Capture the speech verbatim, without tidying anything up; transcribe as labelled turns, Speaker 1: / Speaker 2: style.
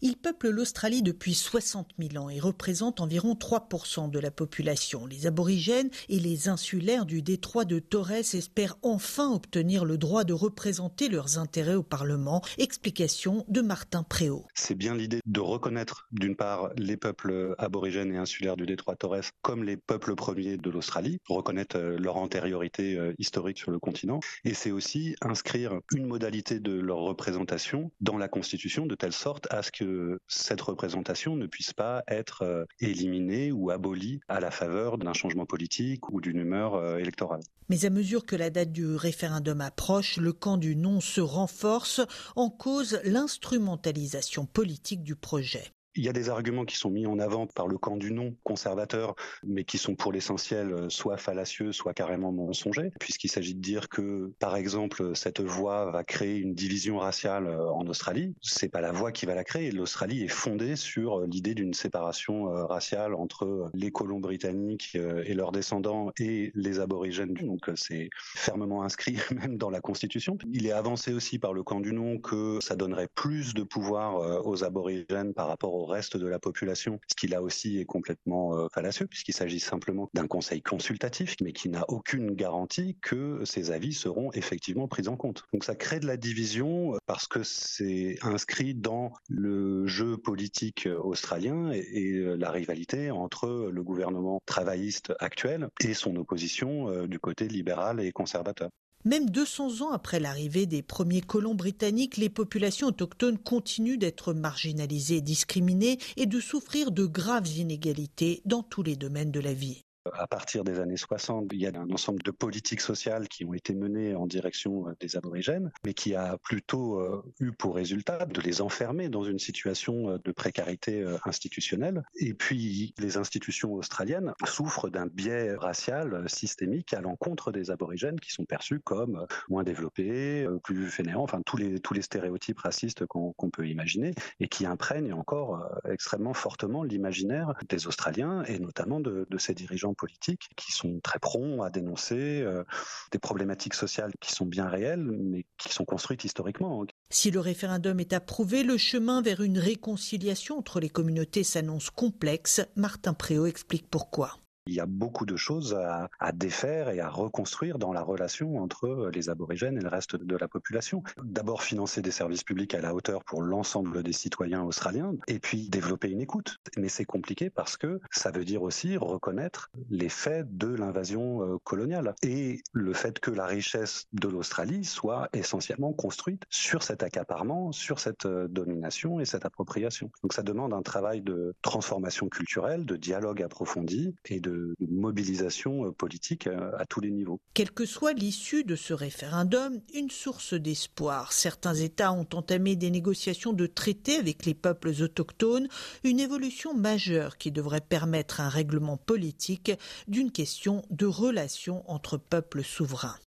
Speaker 1: Ils peuplent l'Australie depuis soixante mille ans et représentent environ trois pour cent de la population. Les aborigènes et les insulaires du détroit de Torres espèrent enfin obtenir le droit de représenter leurs intérêts au Parlement. Explication de Martin Préau.
Speaker 2: C'est bien l'idée de reconnaître d'une part les peuples aborigènes et insulaires du détroit de Torres comme les peuples premiers de l'Australie, reconnaître leur antériorité historique sur le continent, et c'est aussi inscrire une modalité de leur représentation dans la Constitution de telle sorte à ce que cette représentation ne puisse pas être éliminée ou abolie à la faveur d'un changement politique ou d'une humeur électorale.
Speaker 1: Mais à mesure que la date du référendum approche, le camp du non se renforce, en cause l'instrumentalisation politique du projet.
Speaker 2: Il y a des arguments qui sont mis en avant par le camp du non conservateur, mais qui sont pour l'essentiel soit fallacieux, soit carrément mensongers, puisqu'il s'agit de dire que, par exemple, cette voie va créer une division raciale en Australie. C'est pas la voie qui va la créer. L'Australie est fondée sur l'idée d'une séparation raciale entre les colons britanniques et leurs descendants et les aborigènes. Donc c'est fermement inscrit même dans la Constitution. Il est avancé aussi par le camp du non que ça donnerait plus de pouvoir aux aborigènes par rapport aux au reste de la population, ce qui là aussi est complètement euh, fallacieux puisqu'il s'agit simplement d'un conseil consultatif mais qui n'a aucune garantie que ces avis seront effectivement pris en compte. Donc ça crée de la division parce que c'est inscrit dans le jeu politique australien et, et la rivalité entre le gouvernement travailliste actuel et son opposition euh, du côté libéral et conservateur.
Speaker 1: Même deux cents ans après l'arrivée des premiers colons britanniques, les populations autochtones continuent d'être marginalisées et discriminées et de souffrir de graves inégalités dans tous les domaines de la vie.
Speaker 2: À partir des années soixante, il y a un ensemble de politiques sociales qui ont été menées en direction des aborigènes, mais qui a plutôt euh, eu pour résultat de les enfermer dans une situation de précarité euh, institutionnelle. Et puis, les institutions australiennes souffrent d'un biais racial systémique à l'encontre des aborigènes qui sont perçus comme moins développés, euh, plus fainéants, enfin tous les, tous les stéréotypes racistes qu'on, qu'on peut imaginer et qui imprègnent encore euh, extrêmement fortement l'imaginaire des Australiens et notamment de, de ces dirigeants politiques qui sont très prompts à dénoncer euh, des problématiques sociales qui sont bien réelles, mais qui sont construites historiquement.
Speaker 1: Si le référendum est approuvé, le chemin vers une réconciliation entre les communautés s'annonce complexe. Martin Préau explique pourquoi.
Speaker 2: Il y a beaucoup de choses à, à défaire et à reconstruire dans la relation entre les aborigènes et le reste de la population. D'abord, financer des services publics à la hauteur pour l'ensemble des citoyens australiens et puis développer une écoute. Mais c'est compliqué parce que ça veut dire aussi reconnaître les faits de l'invasion coloniale et le fait que la richesse de l'Australie soit essentiellement construite sur cet accaparement, sur cette domination et cette appropriation. Donc ça demande un travail de transformation culturelle, de dialogue approfondi et de de mobilisation politique à tous les niveaux.
Speaker 1: Quelle que soit l'issue de ce référendum, une source d'espoir. Certains États ont entamé des négociations de traités avec les peuples autochtones, une évolution majeure qui devrait permettre un règlement politique d'une question de relations entre peuples souverains.